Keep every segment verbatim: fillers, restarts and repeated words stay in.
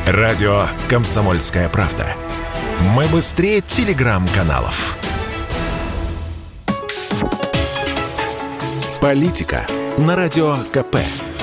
Радио «Комсомольская правда». Мы быстрее телеграм-каналов. Политика на Радио КП.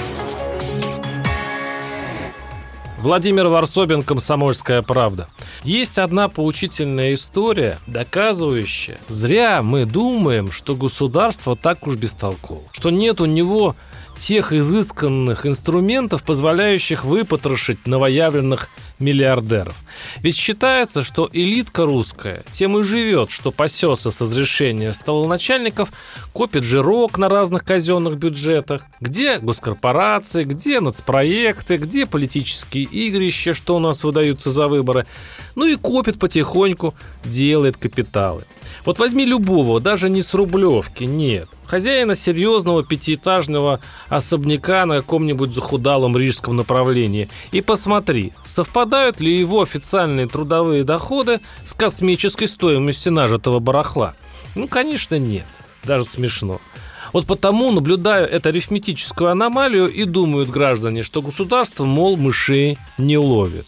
Владимир Варсобин, «Комсомольская правда». Есть одна поучительная история, доказывающая, зря мы думаем, что государство так уж бестолково, что нет у него тех изысканных инструментов, позволяющих выпотрошить новоявленных миллиардеров. Ведь считается, что элитка русская тем и живет, что пасется с разрешения столоначальников, копит жирок на разных казенных бюджетах, где госкорпорации, где нацпроекты, где политические игрища, что у нас выдаются за выборы, ну и копит потихоньку, делает капиталы. Вот возьми любого, даже не с Рублевки, нет, хозяина серьезного пятиэтажного особняка на каком-нибудь захудалом рижском направлении и посмотри, совпадают ли его официальные трудовые доходы с космической стоимостью нажитого барахла. Ну, конечно, нет, даже смешно. Вот потому наблюдаю эту арифметическую аномалию и думают граждане, что государство, мол, мышей не ловит.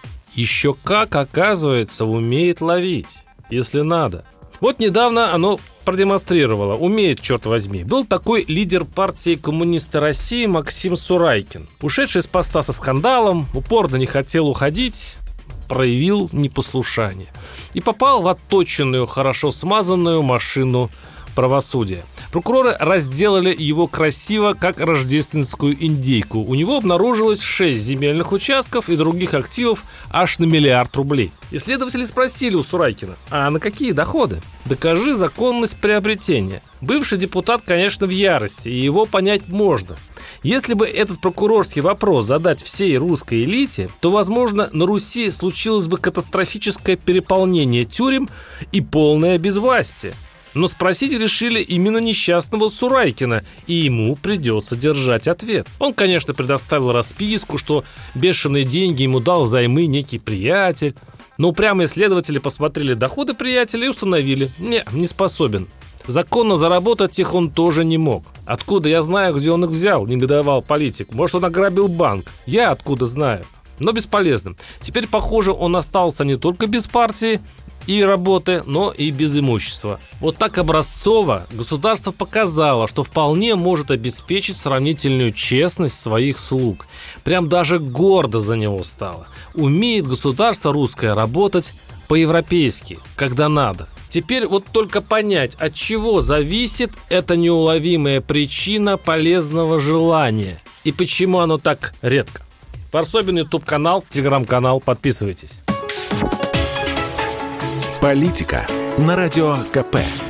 Еще как, оказывается, умеет ловить, если надо. Вот недавно оно продемонстрировало, умеет, черт возьми. Был такой лидер партии «Коммунисты России» Максим Сурайкин, ушедший с поста со скандалом, упорно не хотел уходить, проявил непослушание и попал в отточенную, хорошо смазанную машину правосудия. Прокуроры разделали его красиво, как рождественскую индейку. У него обнаружилось шесть земельных участков и других активов аж на миллиард рублей. Исследователи спросили у Сурайкина: а на какие доходы? Докажи законность приобретения. Бывший депутат, конечно, в ярости, и его понять можно. Если бы этот прокурорский вопрос задать всей русской элите, то, возможно, на Руси случилось бы катастрофическое переполнение тюрем и полное безвластие. Но спросить решили именно несчастного Сурайкина, и ему придется держать ответ. Он, конечно, предоставил расписку, что бешеные деньги ему дал взаймы некий приятель. Но упрямые следователи посмотрели доходы приятеля и установили: не, не способен. Законно заработать их он тоже не мог. Откуда я знаю, где он их взял, негодовал политик. Может, он ограбил банк. Я откуда знаю? Но бесполезно. Теперь, похоже, он остался не только без партии и работы, но и без имущества. Вот так образцово государство показало, что вполне может обеспечить сравнительную честность своих слуг. Прям даже гордо за него стало. Умеет государство русское работать по-европейски, когда надо. Теперь вот только понять, от чего зависит эта неуловимая причина полезного желания и почему оно так редко. Варсобин, ютуб-канал, телеграм-канал, подписывайтесь. Политика на Радио КП.